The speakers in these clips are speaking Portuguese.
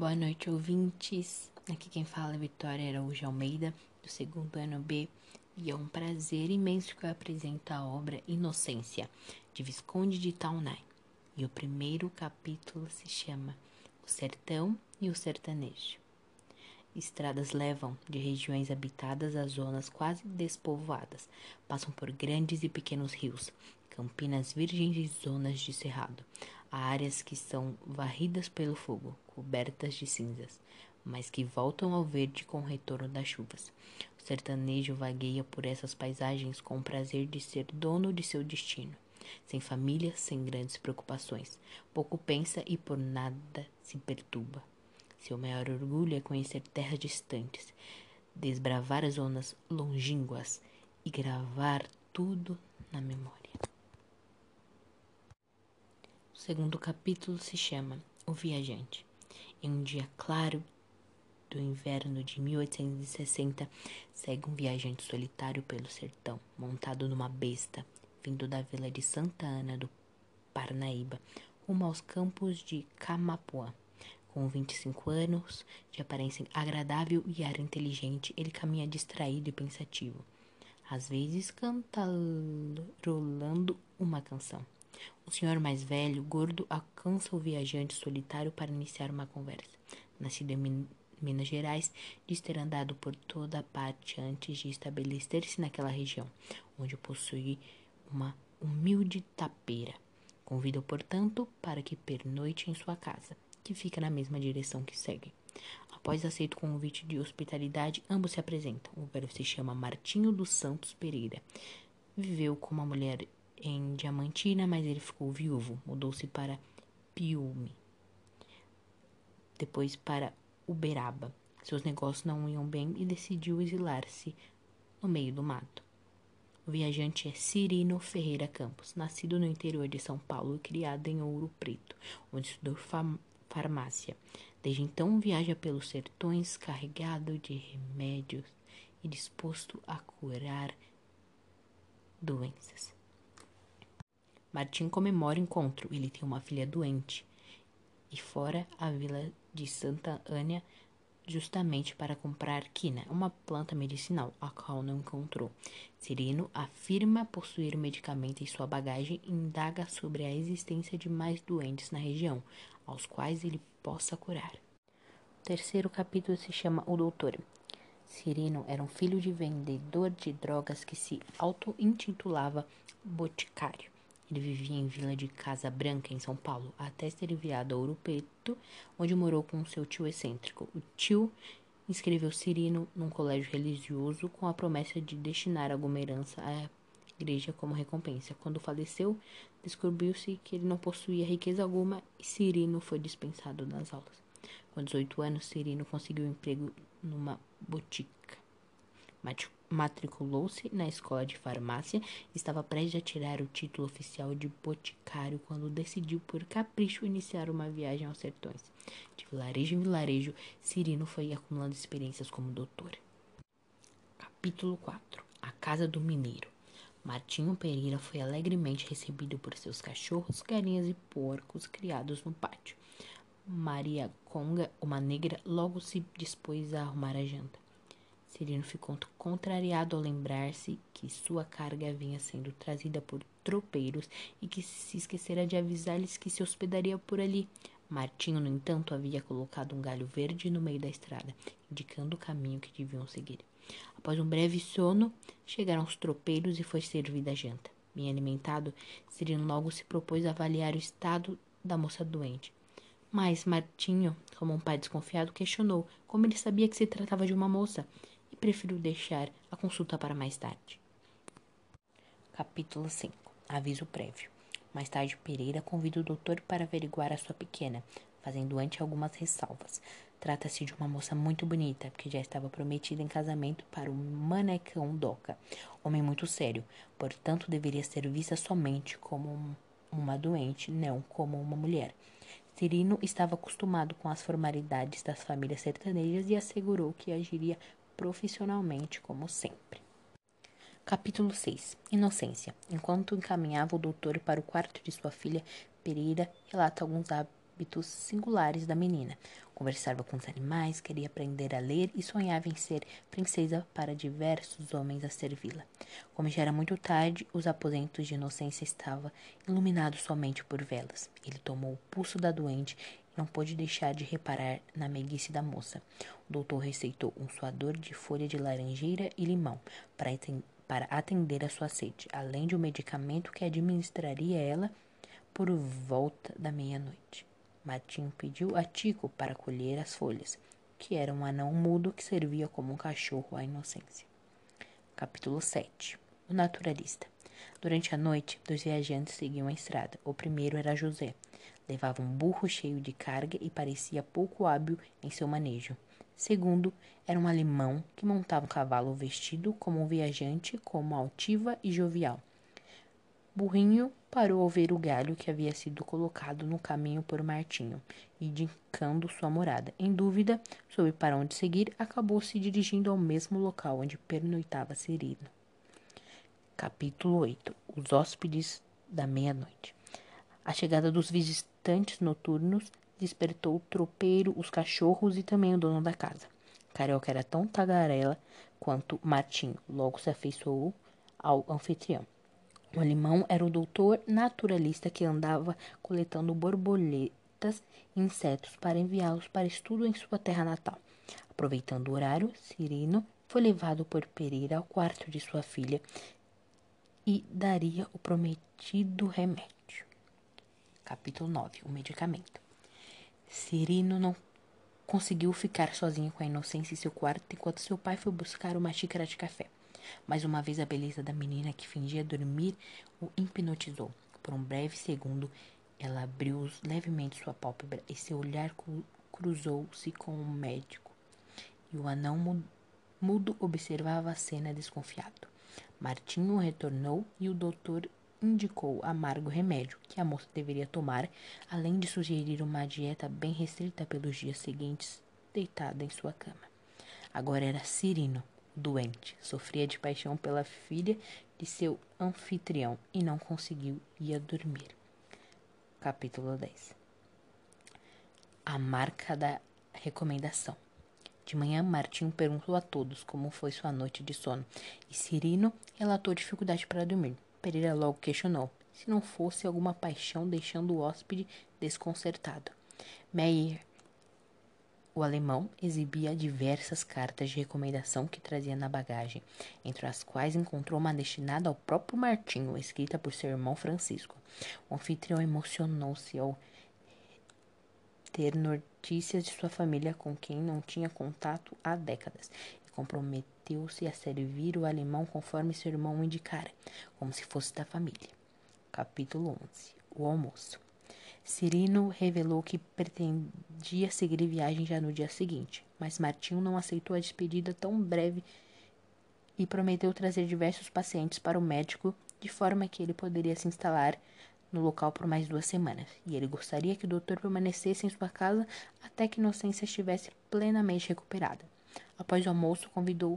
Boa noite, ouvintes. Aqui quem fala é Vitória Araújo Almeida, do segundo ano B, e é um prazer imenso que eu apresento a obra Inocência, de Visconde de Taunaí. E o primeiro capítulo se chama O Sertão e o Sertanejo. Estradas levam de regiões habitadas a zonas quase despovoadas, passam por grandes e pequenos rios, campinas virgens e zonas de cerrado. Há áreas que são varridas pelo fogo, cobertas de cinzas, mas que voltam ao verde com o retorno das chuvas. O sertanejo vagueia por essas paisagens com o prazer de ser dono de seu destino. Sem família, sem grandes preocupações. Pouco pensa e por nada se perturba. Seu maior orgulho é conhecer terras distantes, desbravar zonas longínquas e gravar tudo na memória. O segundo capítulo se chama O Viajante. Em um dia claro do inverno de 1860, segue um viajante solitário pelo sertão, montado numa besta, vindo da vila de Santa Ana do Parnaíba, rumo aos campos de Camapuã. Com 25 anos, de aparência agradável e ar inteligente, ele caminha distraído e pensativo, às vezes cantarolando uma canção. O senhor mais velho, gordo, alcança o viajante solitário para iniciar uma conversa. Nascido em Minas Gerais, diz ter andado por toda a parte antes de estabelecer-se naquela região, onde possui uma humilde tapeira. Convida-o, portanto, para que pernoite em sua casa, que fica na mesma direção que segue. Após aceito o convite de hospitalidade, ambos se apresentam. O velho se chama Martinho dos Santos Pereira. Viveu com uma mulher em Diamantina, mas ele ficou viúvo. Mudou-se para Piúme, depois para Uberaba. Seus negócios não iam bem e decidiu exilar-se no meio do mato. O viajante é Cirino Ferreira Campos, nascido no interior de São Paulo e criado em Ouro Preto, onde estudou farmácia. Desde então viaja pelos sertões carregado de remédios e disposto a curar doenças. Martim comemora o encontro. Ele tem uma filha doente e fora a vila de Santa Ana justamente para comprar quina, uma planta medicinal, a qual não encontrou. Cirino afirma possuir o medicamento em sua bagagem e indaga sobre a existência de mais doentes na região, aos quais ele possa curar. O terceiro capítulo se chama O Doutor. Cirino era um filho de vendedor de drogas que se auto-intitulava boticário. Ele vivia em Vila de Casa Branca, em São Paulo, até ser enviado a Ouro Preto, onde morou com seu tio excêntrico. O tio inscreveu Cirino num colégio religioso com a promessa de destinar alguma herança à igreja como recompensa. Quando faleceu, descobriu-se que ele não possuía riqueza alguma e Cirino foi dispensado das aulas. Com 18 anos, Cirino conseguiu um emprego numa botica. Matriculou-se na escola de farmácia e estava prestes a tirar o título oficial de boticário quando decidiu, por capricho, iniciar uma viagem aos sertões. De vilarejo em vilarejo, Cirino foi acumulando experiências como doutor. Capítulo 4. A Casa do Mineiro. Martinho Pereira foi alegremente recebido por seus cachorros, galinhas e porcos criados no pátio. Maria Conga, uma negra, logo se dispôs a arrumar a janta. Cirino ficou contrariado ao lembrar-se que sua carga vinha sendo trazida por tropeiros e que se esquecera de avisar-lhes que se hospedaria por ali. Martinho, no entanto, havia colocado um galho verde no meio da estrada, indicando o caminho que deviam seguir. Após um breve sono, chegaram os tropeiros e foi servida a janta. Bem alimentado, Cirino logo se propôs a avaliar o estado da moça doente. Mas Martinho, como um pai desconfiado, questionou como ele sabia que se tratava de uma moça e preferiu deixar a consulta para mais tarde. Capítulo 5. Aviso prévio. Mais tarde, Pereira convida o doutor para averiguar a sua pequena, fazendo antes algumas ressalvas. Trata-se de uma moça muito bonita, que já estava prometida em casamento para o manecão Doca, homem muito sério, portanto deveria ser vista somente como uma doente, não como uma mulher. Cirino estava acostumado com as formalidades das famílias sertanejas e assegurou que agiria profissionalmente como sempre. Capítulo 6. Inocência. Enquanto encaminhava o doutor para o quarto de sua filha, Pereira relata alguns hábitos singulares da menina. Conversava com os animais, queria aprender a ler e sonhava em ser princesa para diversos homens a servi-la. Como já era muito tarde, os aposentos de Inocência estavam iluminados somente por velas. Ele tomou o pulso da doente e não pôde deixar de reparar na meiguice da moça. O doutor receitou um suador de folha de laranjeira e limão para atender a sua sede, além de um medicamento que administraria ela por volta da meia-noite. Martim pediu a Tico para colher as folhas, que era um anão mudo que servia como um cachorro à Inocência. Capítulo 7. O naturalista. Durante a noite, 2 viajantes seguiam a estrada. O primeiro era José. Levava um burro cheio de carga e parecia pouco hábil em seu manejo. Segundo, era um alemão que montava um cavalo vestido como um viajante, como altiva e jovial. Burrinho parou ao ver o galho que havia sido colocado no caminho por Martinho, indicando sua morada. Em dúvida sobre para onde seguir, acabou se dirigindo ao mesmo local onde pernoitava Cirino. Capítulo 8. Os hóspedes da meia-noite. A chegada dos visitantes noturnos despertou o tropeiro, os cachorros e também o dono da casa. Carioca era tão tagarela quanto Martinho, logo se afeiçoou ao anfitrião. O alemão era o doutor naturalista que andava coletando borboletas e insetos para enviá-los para estudo em sua terra natal. Aproveitando o horário, Cirino foi levado por Pereira ao quarto de sua filha e daria o prometido remédio. Capítulo 9. O medicamento. Cirino não conseguiu ficar sozinho com a Inocência em seu quarto enquanto seu pai foi buscar uma xícara de café. Mais uma vez a beleza da menina que fingia dormir o hipnotizou. Por um breve segundo, ela abriu levemente sua pálpebra e seu olhar cruzou-se com o médico. E o anão mudo observava a cena desconfiado. Martinho retornou e o doutor indicou amargo remédio que a moça deveria tomar, além de sugerir uma dieta bem restrita pelos dias seguintes, deitada em sua cama. Agora era Cirino, doente, sofria de paixão pela filha de seu anfitrião e não conseguiu ir dormir. Capítulo 10. A marca da recomendação. De manhã, Martinho perguntou a todos como foi sua noite de sono, e Cirino relatou dificuldade para dormir. Pereira logo questionou se não fosse alguma paixão deixando o hóspede desconcertado. Meyer, o alemão, exibia diversas cartas de recomendação que trazia na bagagem, entre as quais encontrou uma destinada ao próprio Martinho, escrita por seu irmão Francisco. O anfitrião emocionou-se ao ter notícias de sua família com quem não tinha contato há décadas e comprometeu-se a servir o alemão conforme seu irmão o indicara, como se fosse da família. Capítulo 11. O almoço. Cirino revelou que pretendia seguir viagem já no dia seguinte, mas Martinho não aceitou a despedida tão breve e prometeu trazer diversos pacientes para o médico, de forma que ele poderia se instalar no local por mais 2 semanas, e ele gostaria que o doutor permanecesse em sua casa até que Inocência estivesse plenamente recuperada. Após o almoço, convidou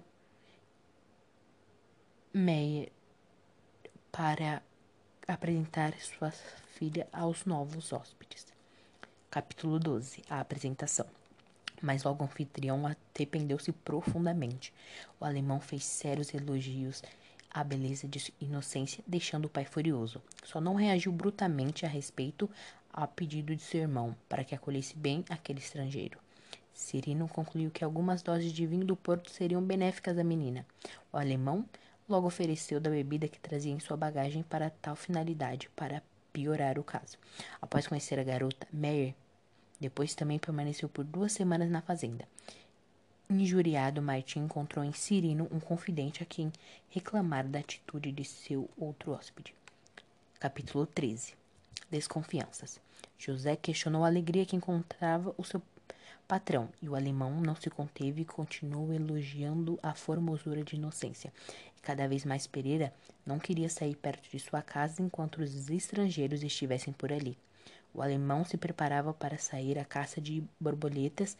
Meyer para apresentar sua filha aos novos hóspedes. Capítulo 12. A apresentação. Mas logo o anfitrião arrependeu-se profundamente. O alemão fez sérios elogios à beleza de Inocência, deixando o pai furioso. Só não reagiu brutamente a respeito ao pedido de seu irmão, para que acolhesse bem aquele estrangeiro. Cirino concluiu que algumas doses de vinho do Porto seriam benéficas à menina. O alemão logo ofereceu da bebida que trazia em sua bagagem para tal finalidade, para piorar o caso. Após conhecer a garota, Meyer depois também permaneceu por 2 semanas na fazenda. Injuriado, Martim encontrou em Cirino um confidente a quem reclamar da atitude de seu outro hóspede. Capítulo 13. Desconfianças. José questionou a alegria que encontrava o seu patrão, e o alemão não se conteve e continuou elogiando a formosura de Inocência. E cada vez mais Pereira não queria sair perto de sua casa enquanto os estrangeiros estivessem por ali. O alemão se preparava para sair à caça de borboletas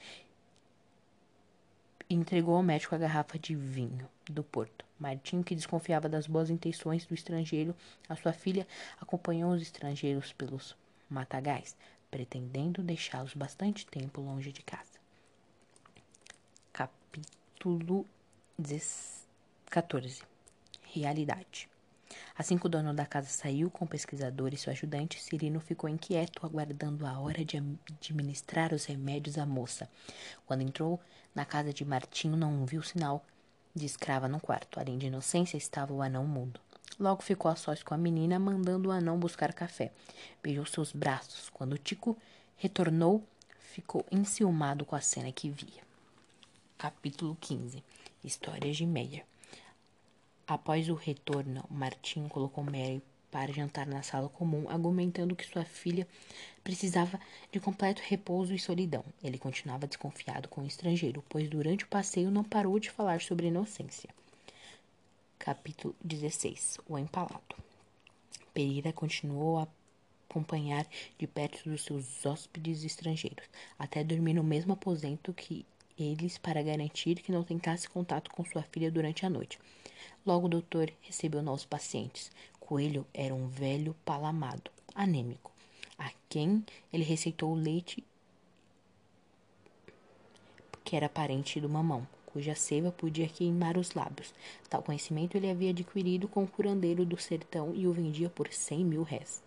e entregou ao médico a garrafa de vinho do Porto. Martim, que desconfiava das boas intenções do estrangeiro, a sua filha, acompanhou os estrangeiros pelos matagais. pretendendo deixá-los bastante tempo longe de casa. Capítulo 14. Realidade. Assim que o dono da casa saiu com o pesquisador e seu ajudante, Cirino ficou inquieto, aguardando a hora de administrar os remédios à moça. Quando entrou na casa de Martinho, não viu sinal de escrava no quarto. Além de Inocência, estava o anão mudo. Logo ficou a sós com a menina, mandando o anão buscar café. Beijou seus braços. Quando Tico retornou, ficou enciumado com a cena que via. Capítulo 15. Histórias de Meyer. Após o retorno, Martinho colocou Mary para jantar na sala comum, argumentando que sua filha precisava de completo repouso e solidão. Ele continuava desconfiado com o estrangeiro, pois durante o passeio não parou de falar sobre Inocência. Capítulo 16. O Empalado. Pereira continuou a acompanhar de perto dos seus hóspedes estrangeiros, até dormir no mesmo aposento que eles para garantir que não tentasse contato com sua filha durante a noite. Logo o doutor recebeu novos pacientes. Coelho era um velho palamado, anêmico, a quem ele receitou o leite que era parente do mamão, cuja seiva podia queimar os lábios. Tal conhecimento ele havia adquirido com o curandeiro do sertão e o vendia por 100.000 réis.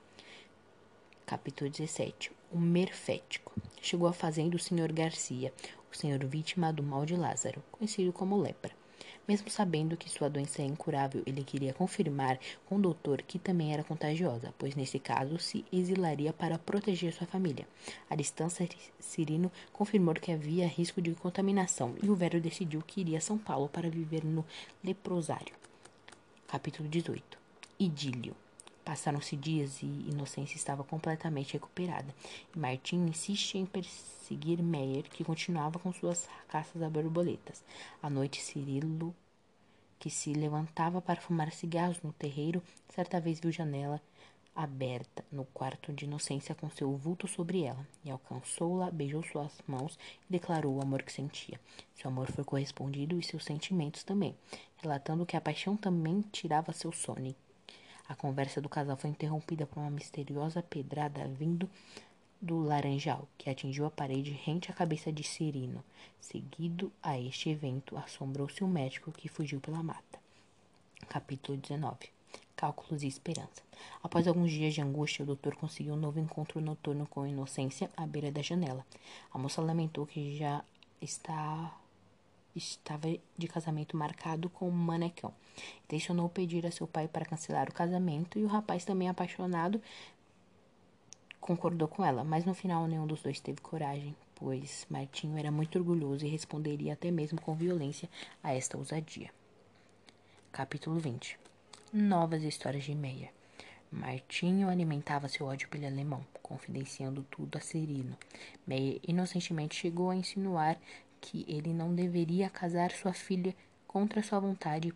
Capítulo 17. O Merfético. Chegou à fazenda o Sr. Garcia, o senhor vítima do mal de Lázaro, conhecido como lepra. Mesmo sabendo que sua doença é incurável, ele queria confirmar com o doutor que também era contagiosa, pois nesse caso se exilaria para proteger sua família. À distância, Cirino confirmou que havia risco de contaminação e o velho decidiu que iria a São Paulo para viver no leprosário. Capítulo 18. Idílio. Passaram-se dias e Inocência estava completamente recuperada. E Martim insiste em perseguir Meyer, que continuava com suas caças a borboletas. À noite, Cirilo, que se levantava para fumar cigarros no terreiro, certa vez viu janela aberta no quarto de Inocência com seu vulto sobre ela, e alcançou-la, beijou suas mãos e declarou o amor que sentia. Seu amor foi correspondido e seus sentimentos também, relatando que a paixão também tirava seu sono. A conversa do casal foi interrompida por uma misteriosa pedrada vindo do laranjal, que atingiu a parede rente à cabeça de Cirino. Seguido a este evento, assombrou-se o médico, que fugiu pela mata. Capítulo 19. Cálculos e esperança. Após alguns dias de angústia, o doutor conseguiu um novo encontro noturno com Inocência à beira da janela. A moça lamentou que já estava de casamento marcado com um manecão. Intencionou pedir a seu pai para cancelar o casamento e o rapaz, também apaixonado, concordou com ela, mas no final nenhum dos dois teve coragem, pois Martinho era muito orgulhoso e responderia até mesmo com violência a esta ousadia. Capítulo 20. Novas histórias de Meyer. Martinho alimentava seu ódio pelo alemão, confidenciando tudo a Cirino. Meyer inocentemente chegou a insinuar que ele não deveria casar sua filha contra sua vontade,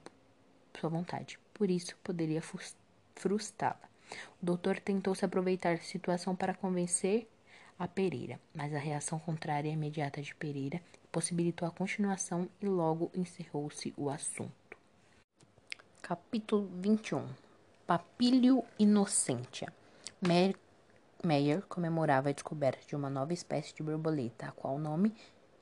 por isso poderia frustrá-la. O doutor tentou se aproveitar da situação para convencer a Pereira, mas a reação contrária e imediata de Pereira possibilitou a continuação e logo encerrou-se o assunto. Capítulo 21. Papilio Innocentia. Meyer comemorava a descoberta de uma nova espécie de borboleta, a qual o nome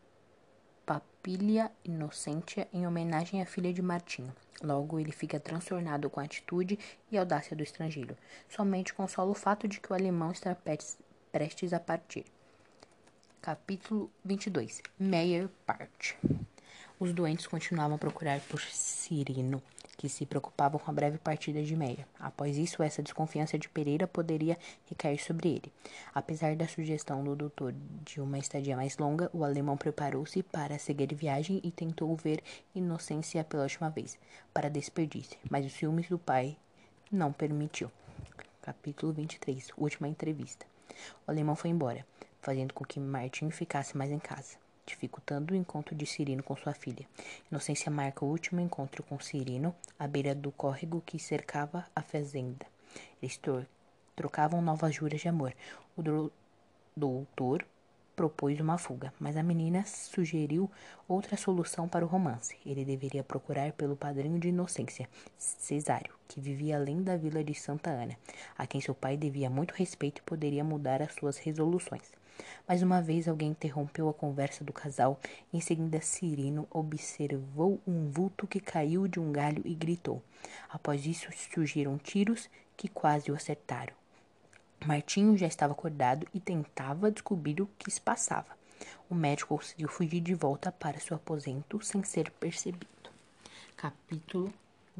Papilia Innocentia, em homenagem à filha de Martinho. Logo, ele fica transtornado com a atitude e audácia do estrangeiro. Somente consola o fato de que o alemão está prestes a partir. Capítulo 22. Meyer parte. Os doentes continuavam a procurar por Cirino, que se preocupava com a breve partida de Meyer. Após isso, essa desconfiança de Pereira poderia recair sobre ele. Apesar da sugestão do doutor de uma estadia mais longa, o alemão preparou-se para seguir viagem e tentou ver Inocência pela última vez, para desperdício, mas os ciúmes do pai não permitiu. Capítulo 23. Última entrevista. O alemão foi embora, fazendo com que Martin ficasse mais em casa, dificultando o encontro de Cirino com sua filha. Inocência marca o último encontro com Cirino à beira do córrego que cercava a fazenda. Eles trocavam novas juras de amor. O doutor propôs uma fuga, mas a menina sugeriu outra solução para o romance. Ele deveria procurar pelo padrinho de Inocência, Cesário, que vivia além da vila de Santa Ana, a quem seu pai devia muito respeito e poderia mudar as suas resoluções. Mais uma vez alguém interrompeu a conversa do casal. Em seguida, Cirino observou um vulto que caiu de um galho e gritou. Após isso, surgiram tiros que quase o acertaram. Martinho já estava acordado e tentava descobrir o que se passava. O médico conseguiu fugir de volta para seu aposento sem ser percebido. Capítulo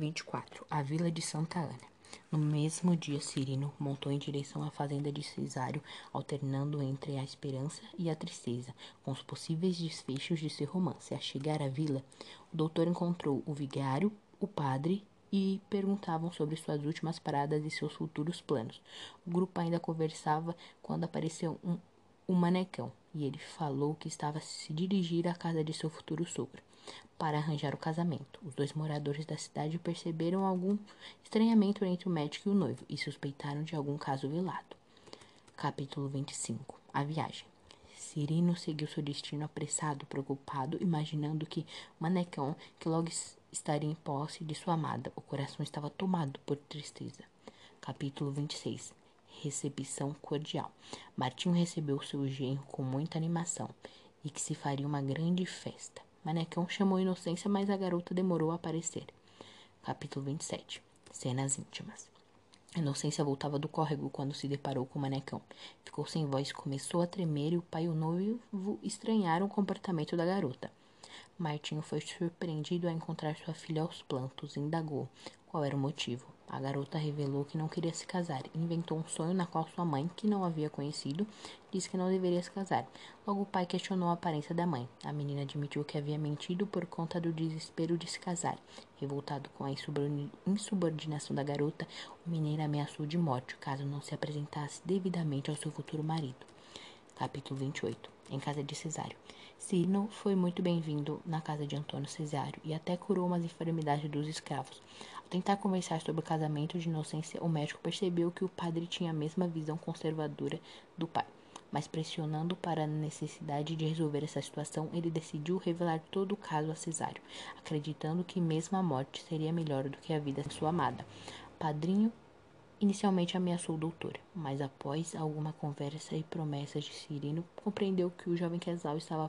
24. A Vila de Santa Ana. No mesmo dia, Cirino montou em direção à fazenda de Cesário, alternando entre a esperança e a tristeza, com os possíveis desfechos de seu romance. A chegar à vila, o doutor encontrou o vigário, o padre e perguntavam sobre suas últimas paradas e seus futuros planos. O grupo ainda conversava quando apareceu um manecão, e ele falou que estava a se dirigir à casa de seu futuro sogro para arranjar o casamento. Os dois moradores da cidade perceberam algum estranhamento entre o médico e o noivo e suspeitaram de algum caso velado. Capítulo 25. A viagem. Cirino seguiu seu destino apressado, preocupado, imaginando que Manecão, que logo estaria em posse de sua amada. O coração estava tomado por tristeza. Capítulo 26. Recepção cordial. Martinho recebeu seu genro com muita animação e que se faria uma grande festa. Manecão chamou Inocência, mas a garota demorou a aparecer. Capítulo 27. Cenas íntimas. Inocência voltava do córrego quando se deparou com o Manecão. Ficou sem voz, começou a tremer e o pai e o noivo estranharam o comportamento da garota. Martinho foi surpreendido ao encontrar sua filha aos prantos e indagou qual era o motivo. A garota revelou que não queria se casar e inventou um sonho na qual sua mãe, que não havia conhecido, disse que não deveria se casar. Logo o pai questionou a aparência da mãe. A menina admitiu que havia mentido por conta do desespero de se casar. Revoltado com a insubordinação da garota, o mineiro ameaçou de morte caso não se apresentasse devidamente ao seu futuro marido. Capítulo 28. Em casa de Cesário. Cirino foi muito bem-vindo na casa de Antônio Cesário e até curou umas enfermidades dos escravos. Ao tentar conversar sobre o casamento de Inocência, o médico percebeu que o padre tinha a mesma visão conservadora do pai. Mas pressionando para a necessidade de resolver essa situação, ele decidiu revelar todo o caso a Cesário, acreditando que mesmo a morte seria melhor do que a vida de sua amada. Padrinho inicialmente ameaçou o doutor, mas após alguma conversa e promessas de Cirino, compreendeu que o jovem casal estava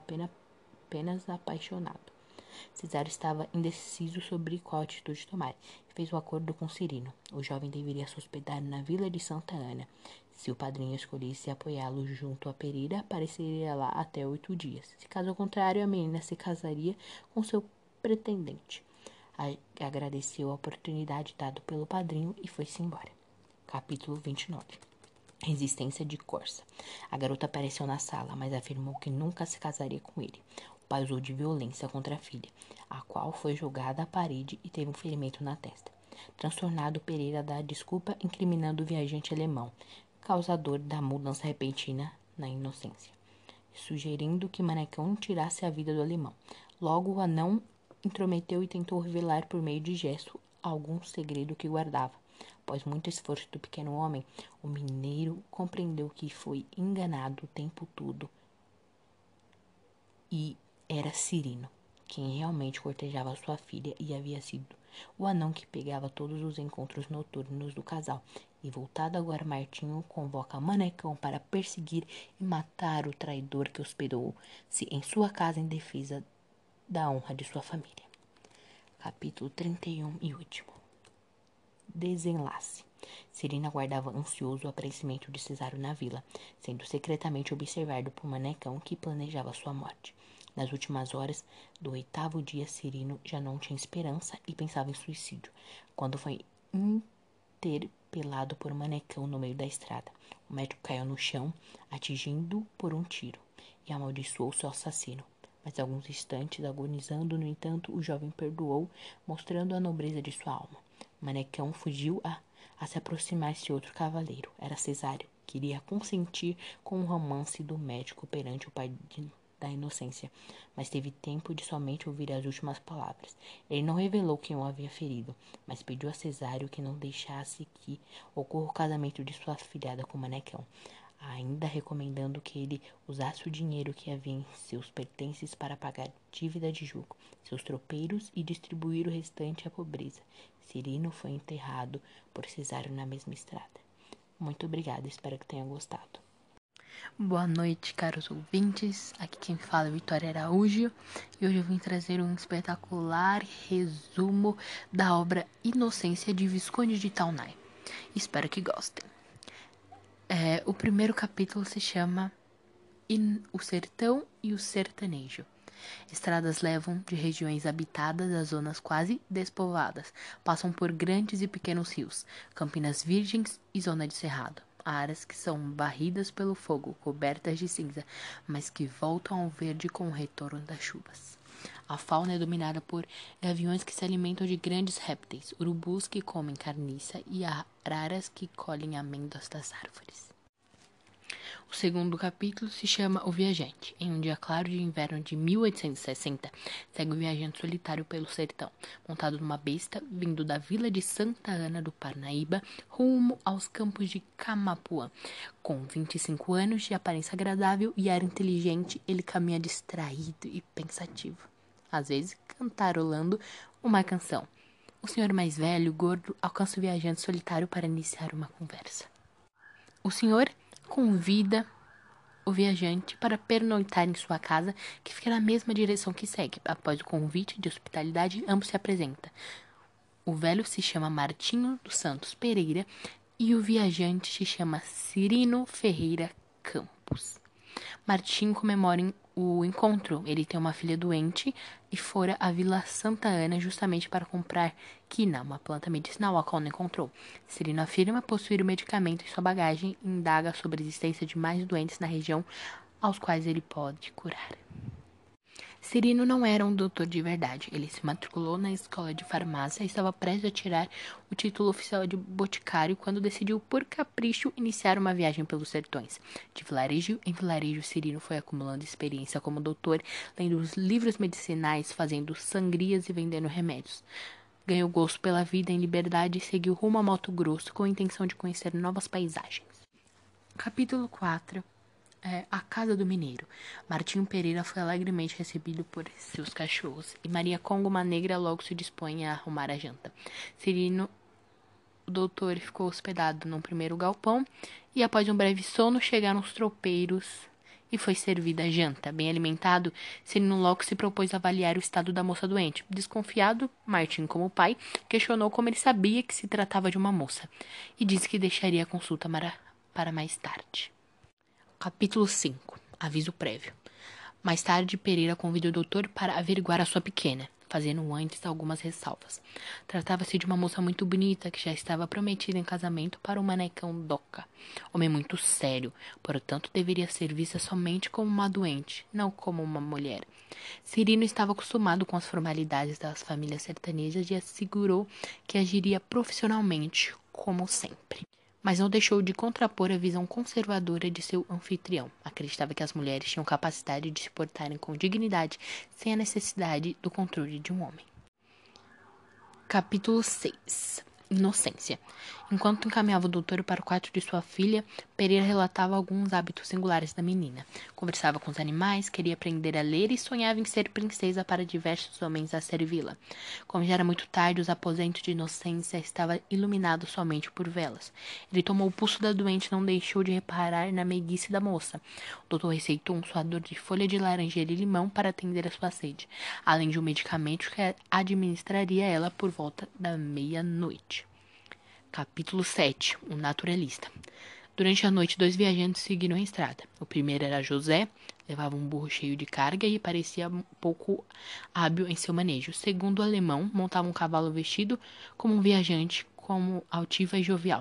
apenas apaixonado. Cesário estava indeciso sobre qual atitude tomar e fez um acordo com Cirino. O jovem deveria se hospedar na vila de Santa Ana. Se o padrinho escolhesse apoiá-lo junto a Pereira, apareceria lá até 8 dias. Se caso contrário, a menina se casaria com seu pretendente. Agradeceu a oportunidade dada pelo padrinho e foi-se embora. Capítulo 29. Resistência de Corsa. A garota apareceu na sala, mas afirmou que nunca se casaria com ele. O pai usou de violência contra a filha, a qual foi jogada à parede e teve um ferimento na testa. Transtornado, Pereira dá desculpa incriminando o viajante alemão, causador da mudança repentina na Inocência, sugerindo que Manecão tirasse a vida do alemão. Logo, o anão intrometeu e tentou revelar por meio de gesto algum segredo que guardava. Após muito esforço do pequeno homem, o mineiro compreendeu que foi enganado o tempo todo e era Cirino quem realmente cortejava sua filha e havia sido o anão que pegava todos os encontros noturnos do casal. E voltado agora, Martinho convoca Manecão para perseguir e matar o traidor que hospedou-se em sua casa em defesa da honra de sua família. Capítulo 31 e último. Desenlace. Cirino aguardava ansioso o aparecimento de Cesário na vila, sendo secretamente observado por Manecão, que planejava sua morte. Nas últimas horas do 8º dia, Cirino já não tinha esperança e pensava em suicídio, quando foi interpelado por Manecão no meio da estrada. O médico caiu no chão, atingido por um tiro, e amaldiçoou seu assassino. Mas alguns instantes, agonizando, no entanto, o jovem perdoou, mostrando a nobreza de sua alma. Manecão fugiu a se aproximar-se de outro cavaleiro. Era Cesário. Queria consentir com o romance do médico perante o pai da Inocência, mas teve tempo de somente ouvir as últimas palavras. Ele não revelou quem o havia ferido, mas pediu a Cesário que não deixasse que ocorra o casamento de sua afilhada com Manecão. ainda recomendando que ele usasse o dinheiro que havia em seus pertences para pagar dívida de jugo, seus tropeiros e distribuir o restante à pobreza. Cirino foi enterrado por Cesário na mesma estrada. Muito obrigada, espero que tenham gostado. Boa noite, caros ouvintes. Aqui quem fala é Vitória Araújo e hoje eu vim trazer um espetacular resumo da obra Inocência de Visconde de Taunay. Espero que gostem. O primeiro capítulo se chama O Sertão e o Sertanejo. Estradas levam de regiões habitadas a zonas quase despovoadas. Passam por grandes e pequenos rios, campinas virgens e zona de cerrado. Áreas que são varridas pelo fogo, cobertas de cinza, mas que voltam ao verde com o retorno das chuvas. A fauna é dominada por gaviões que se alimentam de grandes répteis, urubus que comem carniça e araras que colhem amêndoas das árvores. O segundo capítulo se chama O Viajante. Em um dia claro de inverno de 1860, segue um viajante solitário pelo sertão, montado numa besta, vindo da vila de Santa Ana do Parnaíba, rumo aos campos de Camapuã. Com 25 anos, de aparência agradável e ar inteligente, ele caminha distraído e pensativo, às vezes cantarolando uma canção. O senhor mais velho, gordo, alcança o viajante solitário para iniciar uma conversa. O senhor convida o viajante para pernoitar em sua casa, que fica na mesma direção que segue. Após o convite de hospitalidade, ambos se apresentam. O velho se chama Martinho dos Santos Pereira e o viajante se chama Cirino Ferreira Campos. Martinho comemora o encontro. Ele tem uma filha doente e fora à Vila Santa Ana justamente para comprar quina, uma planta medicinal a qual não encontrou. Cirino afirma possuir o medicamento em sua bagagem e indaga sobre a existência de mais doentes na região aos quais ele pode curar. Cirino não era um doutor de verdade. Ele se matriculou na escola de farmácia e estava prestes a tirar o título oficial de boticário quando decidiu, por capricho, iniciar uma viagem pelos sertões. De vilarejo em vilarejo, Cirino foi acumulando experiência como doutor, lendo os livros medicinais, fazendo sangrias e vendendo remédios. Ganhou gosto pela vida em liberdade e seguiu rumo a Mato Grosso com a intenção de conhecer novas paisagens. Capítulo 4. A casa do mineiro. Martinho Pereira foi alegremente recebido por seus cachorros e Maria Congo, uma negra, logo se dispõe a arrumar a janta. Cirino, o doutor, ficou hospedado num primeiro galpão e após um breve sono chegaram os tropeiros e foi servida a janta. Bem alimentado, Cirino logo se propôs a avaliar o estado da moça doente. Desconfiado, Martinho, como pai, questionou como ele sabia que se tratava de uma moça e disse que deixaria a consulta para mais tarde. Capítulo 5. Aviso prévio. Mais tarde, Pereira convidou o doutor para averiguar a sua pequena, fazendo antes algumas ressalvas. Tratava-se de uma moça muito bonita que já estava prometida em casamento para o manecão Doca, homem muito sério, portanto deveria ser vista somente como uma doente, não como uma mulher. Cirino estava acostumado com as formalidades das famílias sertanejas e assegurou que agiria profissionalmente, como sempre. Mas não deixou de contrapor a visão conservadora de seu anfitrião. Acreditava que as mulheres tinham capacidade de se portarem com dignidade sem a necessidade do controle de um homem. Capítulo 6. Inocência. Enquanto encaminhava o doutor para o quarto de sua filha, Pereira relatava alguns hábitos singulares da menina. Conversava com os animais, queria aprender a ler e sonhava em ser princesa para diversos homens a servi-la. Como já era muito tarde, os aposentos de Inocência estavam iluminados somente por velas. Ele tomou o pulso da doente e não deixou de reparar na meiguice da moça. O doutor receitou um suador de folha de laranjeira e limão para atender a sua sede, além de um medicamento que administraria ela por volta da meia-noite. Capítulo 7. O naturalista. Durante a noite, 2 viajantes seguiram a estrada. O primeiro era José, levava um burro cheio de carga e parecia um pouco hábil em seu manejo. O segundo, o alemão, montava um cavalo vestido como um viajante, como altiva e jovial.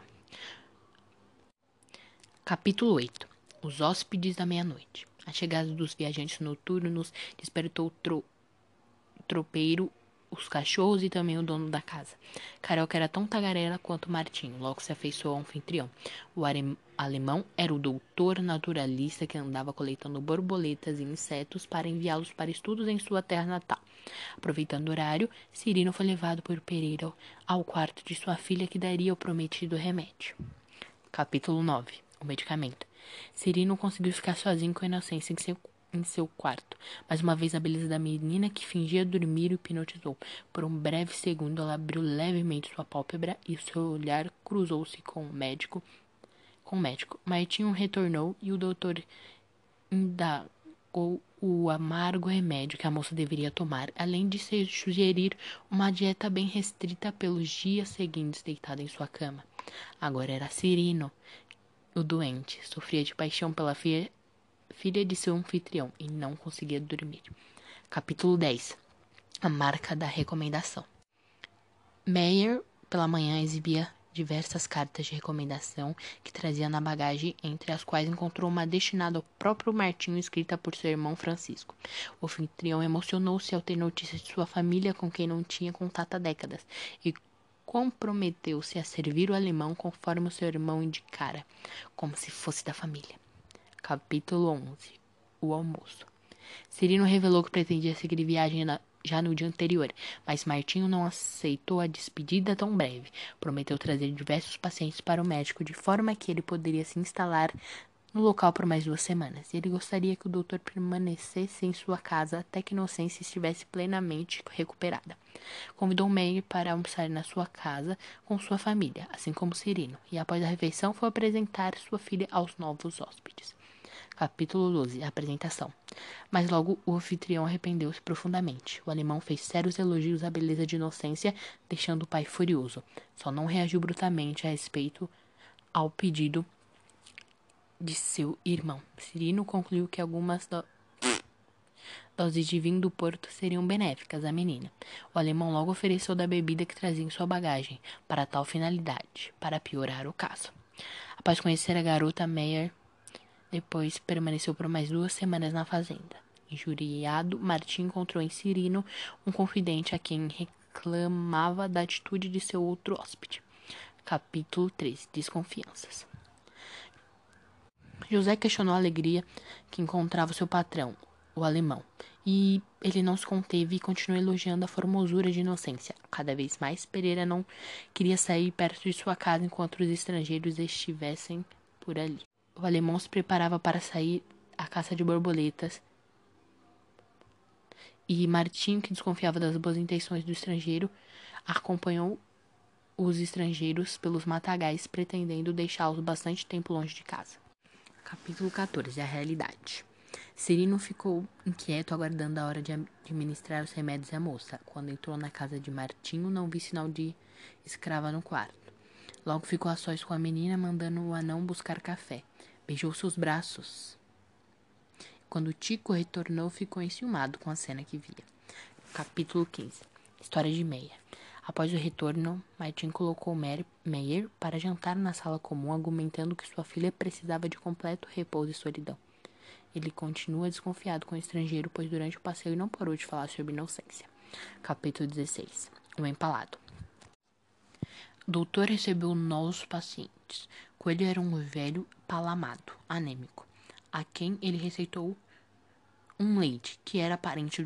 Capítulo 8. Os hóspedes da meia-noite. A chegada dos viajantes noturnos despertou o tropeiro, os cachorros e também o dono da casa. Carioca era tão tagarela quanto Martinho, logo se afeiçoou ao anfitrião. O alemão era o doutor naturalista que andava coletando borboletas e insetos para enviá-los para estudos em sua terra natal. Aproveitando o horário, Cirino foi levado por Pereira ao quarto de sua filha que daria o prometido remédio. Capítulo 9. O medicamento. Cirino conseguiu ficar sozinho com a Inocência em seu quarto. Mais uma vez, a beleza da menina, que fingia dormir, o hipnotizou. Por um breve segundo, ela abriu levemente sua pálpebra e seu olhar cruzou-se com o médico. Martinho retornou e o doutor indagou o amargo remédio que a moça deveria tomar, além de sugerir uma dieta bem restrita pelos dias seguintes deitada em sua cama. Agora era Cirino, o doente. Sofria de paixão pela filha de seu anfitrião e não conseguia dormir. Capítulo 10. A marca da recomendação. Meyer, pela manhã, exibia diversas cartas de recomendação que trazia na bagagem, entre as quais encontrou uma destinada ao próprio Martinho, escrita por seu irmão Francisco. O anfitrião emocionou-se ao ter notícia de sua família, com quem não tinha contato há décadas, e comprometeu-se a servir o alemão conforme o seu irmão indicara, como se fosse da família. Capítulo 11. O almoço. Cirino revelou que pretendia seguir viagem já no dia anterior, mas Martinho não aceitou a despedida tão breve. Prometeu trazer diversos pacientes para o médico, de forma que ele poderia se instalar no local por mais 2 semanas. Ele gostaria que o doutor permanecesse em sua casa até que Inocência estivesse plenamente recuperada. Convidou Meyer para almoçar na sua casa com sua família, assim como Cirino, e após a refeição foi apresentar sua filha aos novos hóspedes. Capítulo 12. A apresentação. Mas logo o anfitrião arrependeu-se profundamente. O alemão fez sérios elogios à beleza de Inocência, deixando o pai furioso. Só não reagiu brutalmente a respeito ao pedido de seu irmão. Cirino concluiu que algumas doses de vinho do Porto seriam benéficas à menina. O alemão logo ofereceu da bebida que trazia em sua bagagem, para tal finalidade, para piorar o caso. Após conhecer a garota, Meyer depois permaneceu por mais 2 semanas na fazenda. Injuriado, Martim encontrou em Cirino um confidente a quem reclamava da atitude de seu outro hóspede. Capítulo 13. Desconfianças. José questionou a alegria que encontrava seu patrão, o alemão, e ele não se conteve e continuou elogiando a formosura de Inocência. Cada vez mais, Pereira não queria sair perto de sua casa enquanto os estrangeiros estivessem por ali. O alemão se preparava para sair à caça de borboletas, e Martinho, que desconfiava das boas intenções do estrangeiro, acompanhou os estrangeiros pelos matagais, pretendendo deixá-los bastante tempo longe de casa. Capítulo 14. A realidade. Cirino ficou inquieto, aguardando a hora de administrar os remédios à moça. Quando entrou na casa de Martinho, não vi sinal de escrava no quarto. Logo ficou a sós com a menina, mandando o anão buscar café. Beijou seus braços. Quando Tico retornou, ficou enciumado com a cena que via. Capítulo 15. História de Meia. Após o retorno, Martim colocou Meyer para jantar na sala comum, argumentando que sua filha precisava de completo repouso e solidão. Ele continua desconfiado com o estrangeiro, pois durante o passeio não parou de falar sobre Inocência. Capítulo 16. O empalado. O doutor recebeu novos pacientes. Coelho era um velho palamado, anêmico, a quem ele receitou um leite, que era parente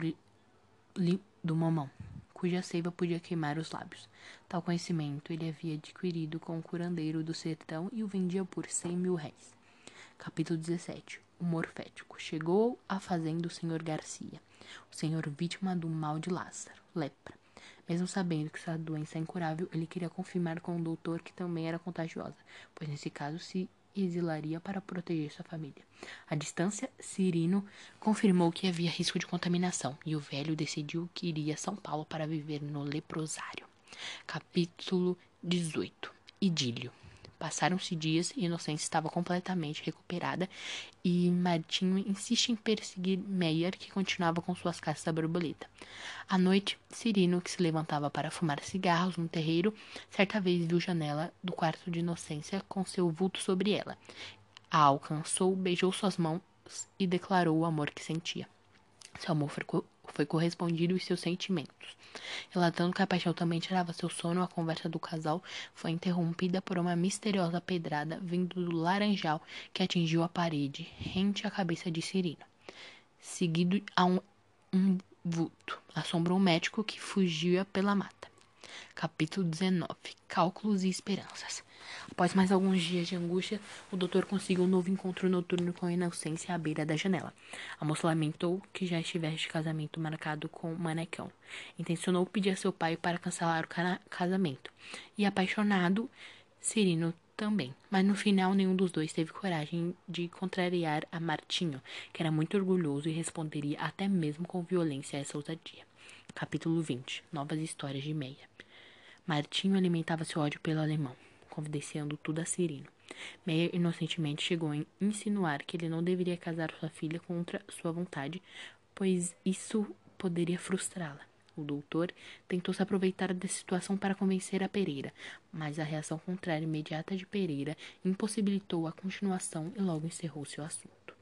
do mamão, cuja seiva podia queimar os lábios. Tal conhecimento ele havia adquirido com o curandeiro do sertão e o vendia por 100.000 réis. Capítulo 17. O morfético. Chegou à fazenda o senhor Garcia, o senhor vítima do mal de Lázaro, lepra. Mesmo sabendo que sua doença é incurável, ele queria confirmar com o doutor que também era contagiosa, pois nesse caso se exilaria para proteger sua família. À distância, Cirino confirmou que havia risco de contaminação, e o velho decidiu que iria a São Paulo para viver no leprosário. Capítulo 18. Idílio. Passaram-se dias e Inocência estava completamente recuperada e Martinho insiste em perseguir Meyer, que continuava com suas caças da borboleta. À noite, Cirino, que se levantava para fumar cigarros no terreiro, certa vez viu a janela do quarto de Inocência com seu vulto sobre ela. A alcançou, beijou suas mãos e declarou o amor que sentia. Seu amor foi correspondido e seus sentimentos. Relatando que a paixão também tirava seu sono, a conversa do casal foi interrompida por uma misteriosa pedrada vindo do laranjal que atingiu a parede, rente à cabeça de Cirino. Seguido a um vulto. Assombrou o médico, que fugia pela mata. Capítulo 19. Cálculos e esperanças. Após mais alguns dias de angústia, o doutor conseguiu um novo encontro noturno com a Inocência à beira da janela. A moça lamentou que já estivesse de casamento marcado com o manecão. Intencionou pedir a seu pai para cancelar o casamento. E apaixonado, Cirino também. Mas no final, nenhum dos dois teve coragem de contrariar a Martinho, que era muito orgulhoso e responderia até mesmo com violência a essa ousadia. Capítulo 20. Novas histórias de Meia. Martinho alimentava seu ódio pelo alemão, confidenciando tudo a Cirino. Meia inocentemente chegou a insinuar que ele não deveria casar sua filha contra sua vontade, pois isso poderia frustrá-la. O doutor tentou se aproveitar da situação para convencer a Pereira, mas a reação contrária imediata de Pereira impossibilitou a continuação e logo encerrou-se o assunto.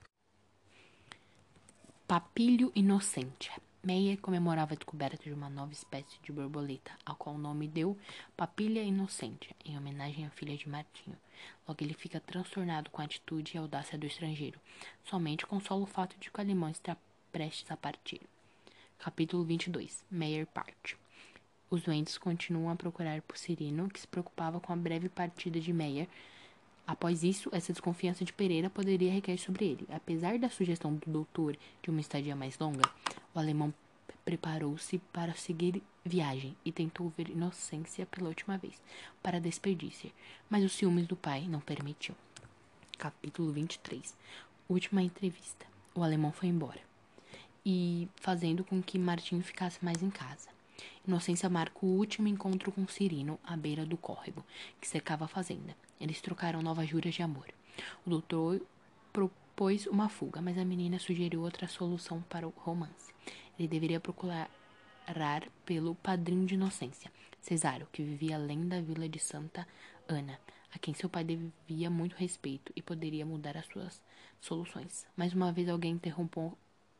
Papilho inocente. Meyer comemorava a descoberta de uma nova espécie de borboleta, ao qual o nome deu Papilha inocente, em homenagem à filha de Martinho. Logo ele fica transtornado com a atitude e a audácia do estrangeiro. Somente consola o fato de que o alemão está prestes a partir. Capítulo 22. Meyer parte. Os doentes continuam a procurar por Cirino, que se preocupava com a breve partida de Meyer. Após isso, essa desconfiança de Pereira poderia recair sobre ele. Apesar da sugestão do doutor de uma estadia mais longa, o alemão preparou-se para seguir viagem e tentou ver Inocência pela última vez, para despedir-se, mas os ciúmes do pai não permitiu. Capítulo 23. Última entrevista. O alemão foi embora, e fazendo com que Martinho ficasse mais em casa. Inocência marca o último encontro com Cirino à beira do córrego, que cercava a fazenda. Eles trocaram novas juras de amor. O doutor propôs uma fuga, mas a menina sugeriu outra solução para o romance. Ele deveria procurar pelo padrinho de Inocência, Cesário, que vivia além da vila de Santa Ana, a quem seu pai devia muito respeito e poderia mudar as suas soluções. Mais uma vez alguém interrompeu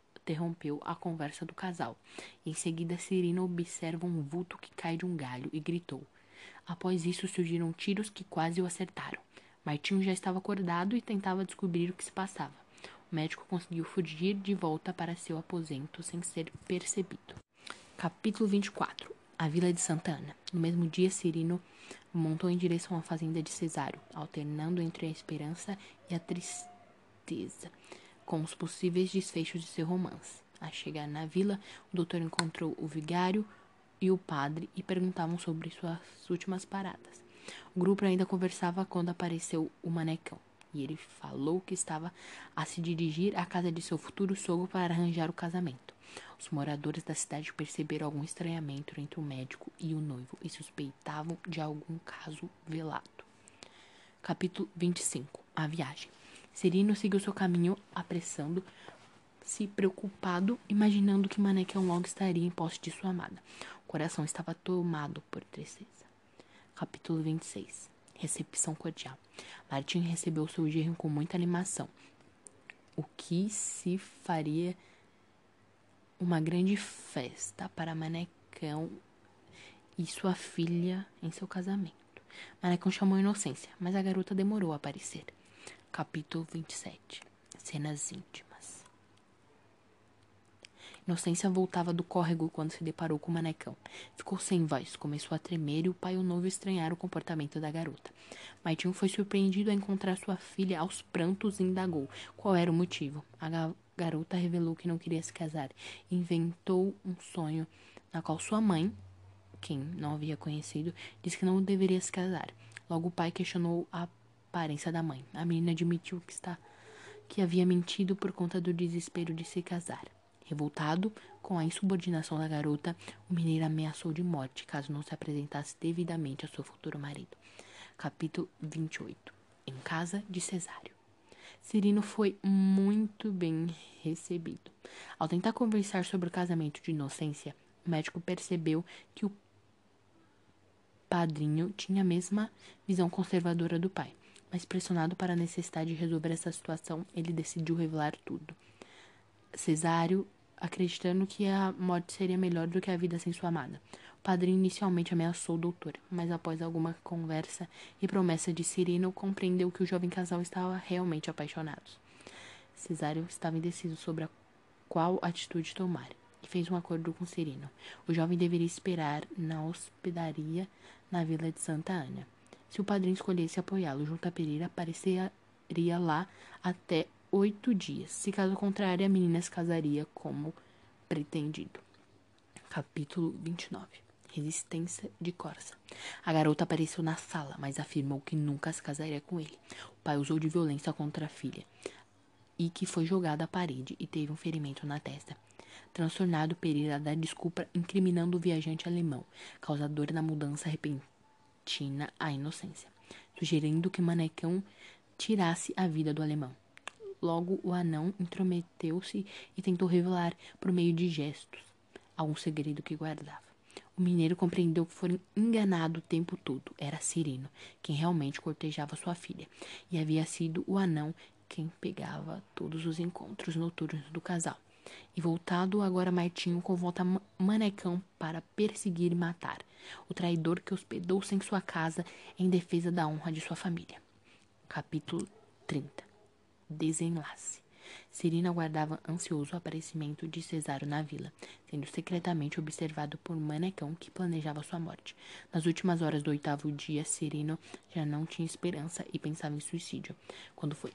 a conversa do casal. Em seguida, Cirino observa um vulto que cai de um galho e gritou. Após isso, surgiram tiros que quase o acertaram. Martinho já estava acordado e tentava descobrir o que se passava. O médico conseguiu fugir de volta para seu aposento sem ser percebido. Capítulo 24. A Vila de Santa Ana. No mesmo dia, Cirino montou em direção à fazenda de Cesário, alternando entre a esperança e a tristeza com os possíveis desfechos de seu romance. Ao chegar na vila, o doutor encontrou o vigário e o padre e perguntavam sobre suas últimas paradas. O grupo ainda conversava quando apareceu o manecão, e ele falou que estava a se dirigir à casa de seu futuro sogro para arranjar o casamento. Os moradores da cidade perceberam algum estranhamento entre o médico e o noivo e suspeitavam de algum caso velado. Capítulo 25. A viagem. Cirino seguiu seu caminho, apressando-se, preocupado, imaginando que Manecão logo estaria em posse de sua amada. O coração estava tomado por tristeza. Capítulo 26. Recepção cordial. Martim recebeu seu genro com muita animação, o que se faria uma grande festa para Manecão e sua filha em seu casamento. Manecão chamou Inocência, mas a garota demorou a aparecer. Capítulo 27. Cenas íntimas. Inocência voltava do córrego quando se deparou com o manecão. Ficou sem voz, começou a tremer e o pai e o noivo estranharam o comportamento da garota. Martinho foi surpreendido a encontrar sua filha aos prantos e indagou qual era o motivo. A garota revelou que não queria se casar e inventou um sonho na qual sua mãe, quem não havia conhecido, disse que não deveria se casar. Logo o pai questionou a aparência da mãe. A menina admitiu que havia mentido por conta do desespero de se casar. Revoltado com a insubordinação da garota, o mineiro ameaçou de morte caso não se apresentasse devidamente a seu futuro marido. Capítulo 28. Em casa de Cesário. Cirino foi muito bem recebido. Ao tentar conversar sobre o casamento de Inocência, o médico percebeu que o padrinho tinha a mesma visão conservadora do pai. Mas pressionado para a necessidade de resolver essa situação, ele decidiu revelar tudo. Cesário, acreditando que a morte seria melhor do que a vida sem sua amada. O padrinho inicialmente ameaçou o doutor, mas após alguma conversa e promessa de Cirino, compreendeu que o jovem casal estava realmente apaixonado. Cesário estava indeciso sobre qual atitude tomar. e fez um acordo com Cirino. O jovem deveria esperar na hospedaria na vila de Santa Ana. Se o padrinho escolhesse apoiá-lo junto a Pereira, apareceria lá até 8 dias. Se caso contrário, a menina se casaria como pretendido. Capítulo 29. Resistência de Corsa. A garota apareceu na sala, mas afirmou que nunca se casaria com ele. O pai usou de violência contra a filha e que foi jogada à parede e teve um ferimento na testa. Transtornado, Pereira dá desculpa incriminando o viajante alemão, causador da mudança repentina à inocência, sugerindo que Manecão tirasse a vida do alemão. Logo, o anão intrometeu-se e tentou revelar, por meio de gestos, algum segredo que guardava. O mineiro compreendeu que fora enganado o tempo todo. Era Cirino, quem realmente cortejava sua filha, e havia sido o anão quem pegava todos os encontros noturnos do casal. E voltado agora Martinho convota Manecão para perseguir e matar o traidor que hospedou-se em sua casa em defesa da honra de sua família. Capítulo 30. Desenlace. Cirino aguardava ansioso o aparecimento de Cesário na vila, sendo secretamente observado por Manecão, que planejava sua morte. Nas últimas horas do 8º dia, Cirino já não tinha esperança e pensava em suicídio, quando foi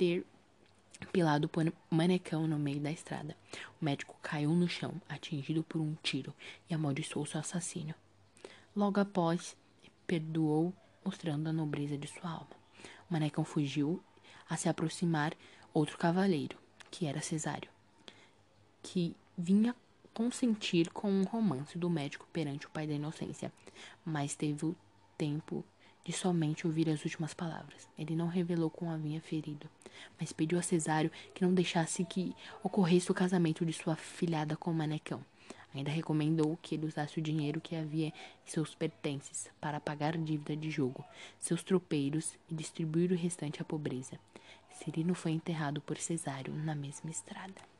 interpelado por Manecão no meio da estrada. O médico caiu no chão, atingido por um tiro, e amaldiçoou seu assassino. Logo após, perdoou, mostrando a nobreza de sua alma. Manecão fugiu a se aproximar outro cavaleiro, que era Cesário, que vinha consentir com um romance do médico perante o pai da inocência, mas teve o tempo de somente ouvir as últimas palavras. Ele não revelou como havia ferido, mas pediu a Cesário que não deixasse que ocorresse o casamento de sua filhada com Manecão. Ainda recomendou que ele usasse o dinheiro que havia em seus pertences para pagar a dívida de jogo, seus tropeiros e distribuir o restante à pobreza. Cirino foi enterrado por Cesário na mesma estrada.